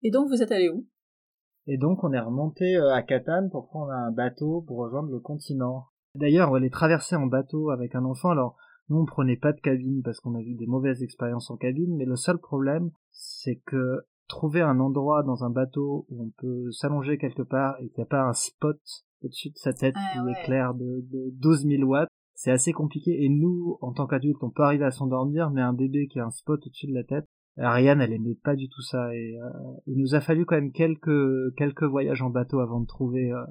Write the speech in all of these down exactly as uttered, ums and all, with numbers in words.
Et donc vous êtes allé où? Et donc on est remonté à Catane pour prendre un bateau pour rejoindre le continent. D'ailleurs, on allait traverser en bateau avec un enfant. Alors nous on prenait pas de cabine parce qu'on a vu des mauvaises expériences en cabine, mais le seul problème c'est que trouver un endroit dans un bateau où on peut s'allonger quelque part et qu'il n'y a pas un spot au-dessus de sa tête Ah, qui ouais. éclaire de, de douze mille watts, c'est assez compliqué. Et nous, en tant qu'adultes, on peut arriver à s'endormir, mais un bébé qui a un spot au-dessus de la tête, Ariane, elle aimait pas du tout ça. Et euh, il nous a fallu quand même quelques quelques voyages en bateau avant de trouver. Euh...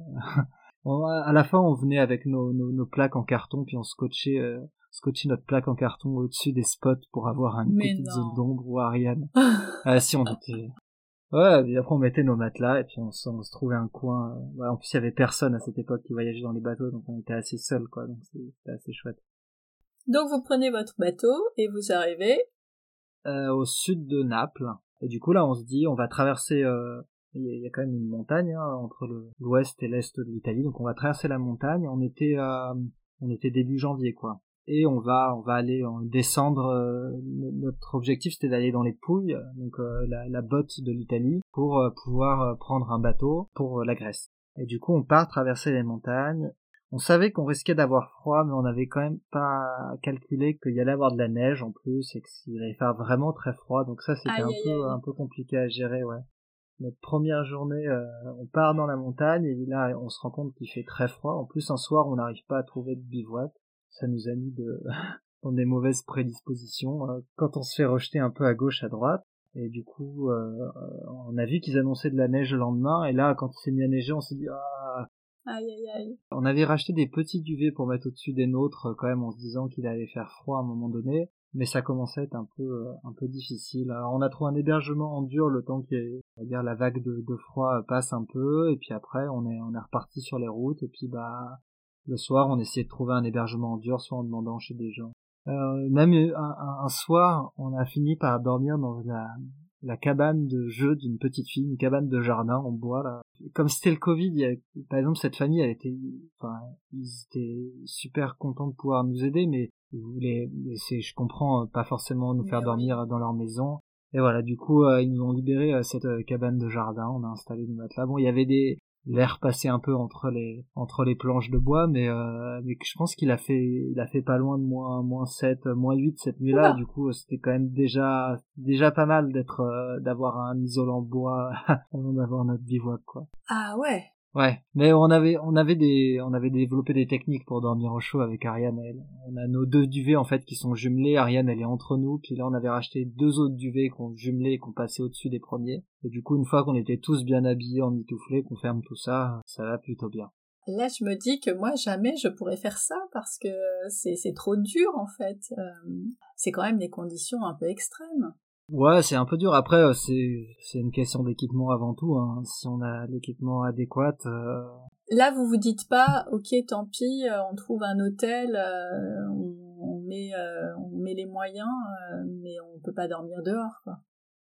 à la fin, on venait avec nos, nos, nos plaques en carton, puis on scotchait, euh, scotchait notre plaque en carton au-dessus des spots pour avoir une Mais petite non. zone d'ombre où Ariane. Ah si, on était. Ouais, et après on mettait nos matelas et puis on, se- on se trouvait un coin. Euh... ouais, en plus, il y avait personne à cette époque qui voyageait dans les bateaux, donc on était assez seuls, quoi. Donc c'était assez chouette. Donc vous prenez votre bateau et vous arrivez Euh, au sud de Naples. Et du coup là on se dit on va traverser, euh, il y, a- il y a quand même une montagne hein, entre le, l'ouest et l'est de l'Italie, donc on va traverser la montagne. On était euh, on était début janvier quoi. Et on va on va aller on, descendre. Euh, notre objectif c'était d'aller dans les Pouilles, donc euh, la, la botte de l'Italie, pour euh, pouvoir euh, prendre un bateau pour euh, la Grèce. Et du coup on part traverser les montagnes. On savait qu'on risquait d'avoir froid, mais on n'avait quand même pas calculé qu'il y allait avoir de la neige en plus et qu'il allait faire vraiment très froid. Donc ça, c'était aïe un aïe peu aïe. un peu compliqué à gérer, ouais. Notre première journée, euh, on part dans la montagne et là, on se rend compte qu'il fait très froid. En plus, un soir, on n'arrive pas à trouver de bivouac. Ça nous a mis de dans des mauvaises prédispositions. Euh, Quand on se fait rejeter un peu à gauche, à droite. Et du coup, euh, on a vu qu'ils annonçaient de la neige le lendemain. Et là, quand il s'est mis à neiger, on s'est dit ah. Aïe aïe aïe. On avait racheté des petits duvets pour mettre au-dessus des nôtres, quand même, en se disant qu'il allait faire froid à un moment donné, mais ça commençait à être un peu, euh, un peu difficile. Alors, on a trouvé un hébergement en dur le temps que, on va dire, la vague de, de froid passe un peu, et puis après, on est, on est reparti sur les routes, et puis, bah, le soir, on essayait de trouver un hébergement en dur, soit en demandant chez des gens. Euh, même un, un, un soir, on a fini par dormir dans la, la cabane de jeu d'une petite fille, une cabane de jardin en bois, là. Comme c'était le Covid, il y a, par exemple, cette famille, elle était, enfin, ils étaient super contents de pouvoir nous aider, mais ils voulaient, c'est, je comprends, pas forcément nous faire Mais dormir oui. dans leur maison. Et voilà, du coup, euh, ils nous ont libéré euh, cette euh, cabane de jardin, on a installé des matelas. Bon, il y avait des, l'air passait un peu entre les, entre les planches de bois, mais, euh, mais je pense qu'il a fait, il a fait pas loin de moins, moins sept, moins huit cette nuit-là. Oula. Du coup, c'était quand même déjà, déjà pas mal d'être, euh, d'avoir un isolant bois avant d'avoir notre bivouac, quoi. Ah ouais. Ouais, mais on avait on avait des on avait développé des techniques pour dormir au chaud avec Ariane. Elle. On a nos deux duvets en fait qui sont jumelés. Ariane elle est entre nous, puis là on avait racheté deux autres duvets qu'on jumelait et qu'on passait au-dessus des premiers. Et du coup une fois qu'on était tous bien habillés, emmitouflés, qu'on ferme tout ça, ça va plutôt bien. Là, je me dis que moi, jamais je pourrais faire ça parce que c'est, c'est trop dur, en fait. Euh, c'est quand même des conditions un peu extrêmes. Ouais, c'est un peu dur. Après, euh, c'est c'est une question d'équipement avant tout. Hein. Si on a l'équipement adéquat. Euh... Là, vous vous dites pas, ok, tant pis, euh, on trouve un hôtel, euh, on, on met euh, on met les moyens, euh, mais on peut pas dormir dehors, quoi.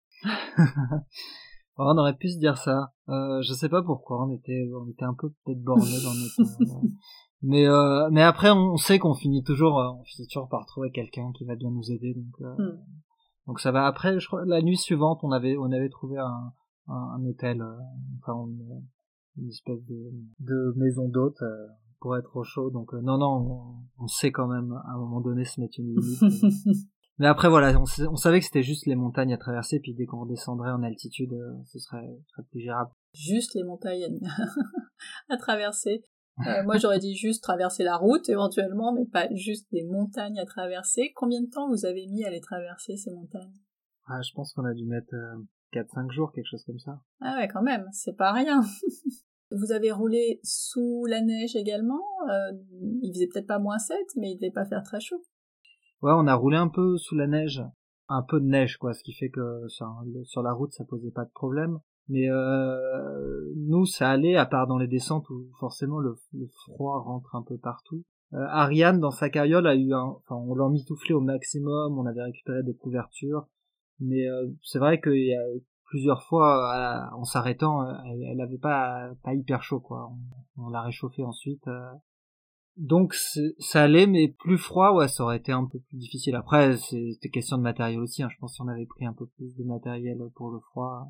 On aurait pu se dire ça. Euh, je sais pas pourquoi. On était on était un peu peut-être bornés dans notre. mais euh, mais après, on sait qu'on finit toujours euh, on finit toujours par trouver quelqu'un qui va bien nous aider. Donc. Euh... Hmm. Donc ça va. Après, je crois la nuit suivante, on avait on avait trouvé un un, un hôtel, euh, enfin une, une espèce de de maison d'hôte euh, pour être au chaud. Donc euh, non non, on, on sait quand même à un moment donné se mettre une limite. Mais après voilà, on, on savait que c'était juste les montagnes à traverser, puis dès qu'on redescendrait en altitude, euh, ce serait, ce serait plus gérable. Juste les montagnes à traverser. Euh, moi, j'aurais dit juste traverser la route, éventuellement, mais pas juste des montagnes à traverser. Combien de temps vous avez mis à les traverser, ces montagnes? Ah, je pense qu'on a dû mettre euh, quatre cinq jours, quelque chose comme ça. Ah ouais, quand même, c'est pas rien. Vous avez roulé sous la neige également. euh, Il faisait peut-être pas moins sept, mais il devait pas faire très chaud. Ouais, on a roulé un peu sous la neige. Un peu de neige, quoi, ce qui fait que sur, sur la route, ça posait pas de problème. Mais euh, nous, ça allait, à part dans les descentes où forcément le, le froid rentre un peu partout. Euh, Ariane, dans sa carriole, a eu un... Enfin, on l'a mitouflé au maximum, on avait récupéré des couvertures. Mais euh, c'est vrai qu'il y a plusieurs fois, euh, en s'arrêtant, elle, elle avait pas, pas hyper chaud, quoi. On, on l'a réchauffé ensuite. Euh. Donc ça allait, mais plus froid, ouais, ça aurait été un peu plus difficile. Après, c'était question de matériel aussi. Hein. Je pense que si on avait pris un peu plus de matériel pour le froid,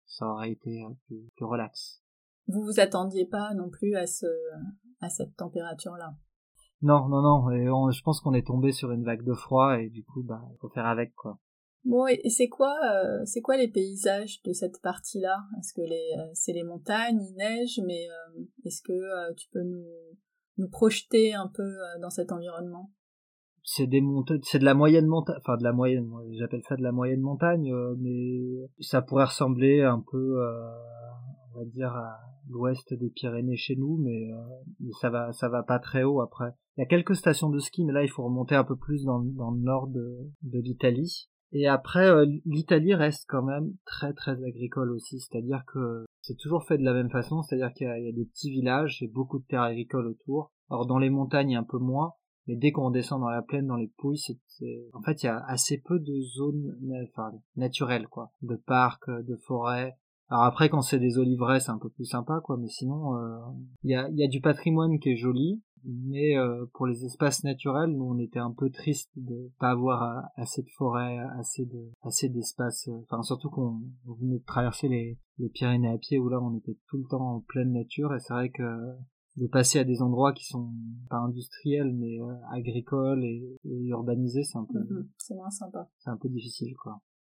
ça aurait été plus, plus relax. Vous vous attendiez pas non plus à ce à cette température-là? Non, non, non. Et on, je pense qu'on est tombé sur une vague de froid et du coup, bah, faut faire avec, quoi. Bon, et c'est quoi, euh, c'est quoi les paysages de cette partie-là? Est-ce que les, euh, c'est les montagnes, il neige, mais euh, est-ce que euh, tu peux nous nous projeter un peu euh, dans cet environnement? C'est des montagnes, c'est de la moyenne montagne, enfin de la moyenne, j'appelle ça de la moyenne montagne, euh, mais ça pourrait ressembler un peu, euh, on va dire, à l'ouest des Pyrénées chez nous, mais, euh, mais ça va, ça va pas très haut après. Il y a quelques stations de ski, mais là il faut remonter un peu plus dans, dans le nord de, de l'Italie. Et après, euh, l'Italie reste quand même très très agricole aussi, c'est-à-dire que c'est toujours fait de la même façon, c'est-à-dire qu'il y a, il y a des petits villages et beaucoup de terres agricoles autour. Alors dans les montagnes un peu moins. Mais dès qu'on descend dans la plaine, dans les Pouilles, c'est, c'est... en fait, il y a assez peu de zones, enfin, naturelles, quoi. De parcs, de forêts. Alors après, quand c'est des oliveraies, c'est un peu plus sympa, quoi. Mais sinon, euh, il y a, il y a du patrimoine qui est joli. Mais euh, pour les espaces naturels, nous, on était un peu tristes de pas avoir assez de forêts, assez de, assez d'espace. Enfin, surtout qu'on on venait de traverser les, les Pyrénées à pied, où là, on était tout le temps en pleine nature. Et c'est vrai que de passer à des endroits qui sont pas industriels mais euh, agricoles et, et urbanisés, c'est un peu mmh, c'est moins sympa. C'est un peu difficile, quoi.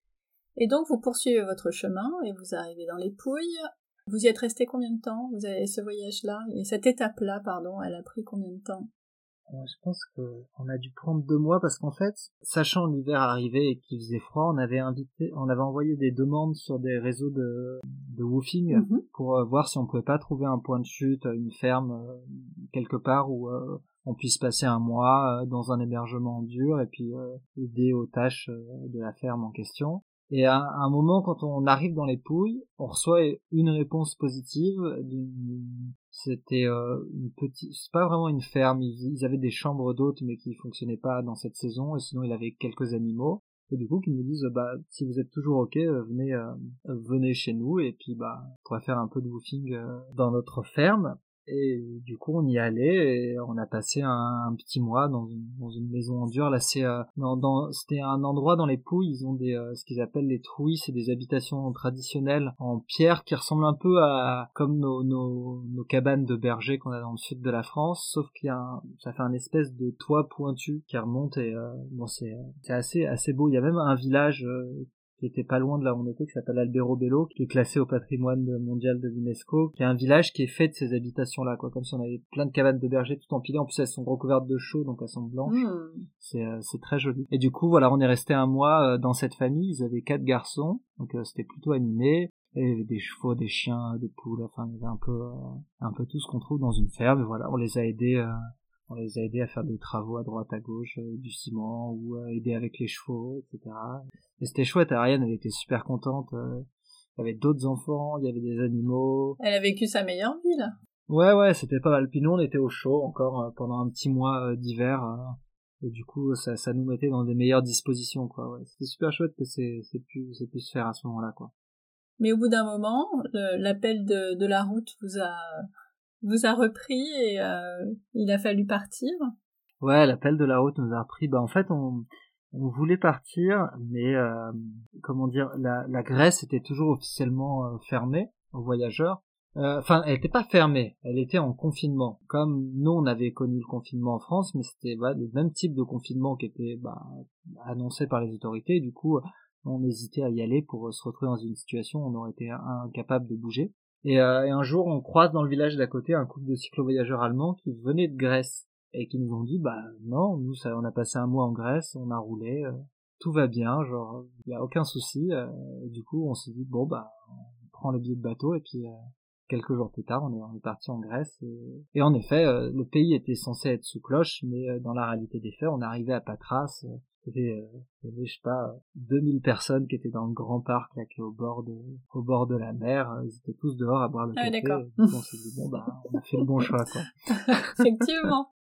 Et donc vous poursuivez votre chemin et vous arrivez dans les Pouilles. Vous y êtes resté combien de temps? Vous avez ce voyage-là et cette étape-là, pardon, elle a pris combien de temps? Je pense que on a dû prendre deux mois parce qu'en fait, sachant l'hiver arrivé et qu'il faisait froid, on avait invité, on avait envoyé des demandes sur des réseaux de, de woofing mmh. pour euh, voir si on pouvait pas trouver un point de chute, une ferme euh, quelque part où euh, on puisse passer un mois euh, dans un hébergement dur et puis euh, aider aux tâches euh, de la ferme en question. Et à un moment, quand on arrive dans les Pouilles, on reçoit une réponse positive. C'était euh, une petite, c'est pas vraiment une ferme. Ils, ils avaient des chambres d'hôtes, mais qui fonctionnaient pas dans cette saison. Et sinon, il avait quelques animaux. Et du coup, qu'ils nous disent, bah, si vous êtes toujours ok, venez, euh, venez chez nous. Et puis, bah, on pourrait faire un peu de woofing euh, dans notre ferme. Et du coup, on y allait et on a passé un, un petit mois dans une, dans une maison en dur. Là, c'est euh, dans, dans, c'était un endroit dans les Pouilles. Ils ont des euh, ce qu'ils appellent les trouilles, c'est des habitations traditionnelles en pierre qui ressemblent un peu à comme nos nos, nos cabanes de berger qu'on a dans le sud de la France, sauf qu'il y a un, ça fait un espèce de toit pointu qui remonte et euh, bon, c'est c'est assez assez beau. Il y a même un village euh, qui était pas loin de là où on était, qui s'appelle Alberobello, qui est classé au patrimoine mondial de l'UNESCO, qui est un village qui est fait de ces habitations-là, quoi, comme si on avait plein de cabanes de berger tout empilées. En plus, elles sont recouvertes de chaux, donc elles sont blanches. Mmh. C'est, euh, c'est très joli. Et du coup, voilà, on est resté un mois euh, dans cette famille. Ils avaient quatre garçons, donc euh, c'était plutôt animé. Et il y avait des chevaux, des chiens, des poules, enfin, il y avait un peu, euh, un peu tout ce qu'on trouve dans une ferme. Et voilà, on les a aidés, euh, on les a aidés à faire des travaux à droite, à gauche, euh, du ciment, ou euh, aider avec les chevaux, et cetera. Et c'était chouette, Ariane, elle était super contente. Euh, il y avait d'autres enfants, il y avait des animaux. Elle a vécu sa meilleure vie, là. Ouais, ouais, c'était pas mal. Puis nous, on était au chaud encore euh, pendant un petit mois euh, d'hiver. Euh, et du coup, ça, ça nous mettait dans des meilleures dispositions, quoi. Ouais, c'était super chouette que c'est, c'est pu, c'est pu se faire à ce moment-là, quoi. Mais au bout d'un moment, le, l'appel de, de la route vous a, vous a repris et euh, il a fallu partir. Ouais, l'appel de la route nous a repris. Bah, en fait, on... On voulait partir, mais euh, comment dire, la, la Grèce était toujours officiellement euh, fermée aux voyageurs. Enfin, euh, elle n'était pas fermée, elle était en confinement. Comme nous, on avait connu le confinement en France, mais c'était bah, le même type de confinement qui était bah, annoncé par les autorités. Et du coup, on hésitait à y aller pour se retrouver dans une situation où on aurait été incapable de bouger. Et, euh, et un jour, on croise dans le village d'à côté un couple de cyclo-voyageurs allemands qui venaient de Grèce. Et qui nous ont dit, bah non, nous ça, on a passé un mois en Grèce, on a roulé, euh, tout va bien, genre il y a aucun souci. Euh, et du coup, on s'est dit bon bah on prend le billet de bateau et puis euh, quelques jours plus tard, on est, on est parti en Grèce. Et, et en effet, euh, le pays était censé être sous cloche, mais euh, dans la réalité des faits, on est arrivé à Patras. Euh, il y avait, euh, il y avait, je sais pas, deux mille personnes qui étaient dans le grand parc là, qui est au bord de, au bord de la mer. Ils étaient tous dehors à boire le ah, café. D'accord. Et du coup, on s'est dit bon bah on a fait le bon choix, quoi. Effectivement.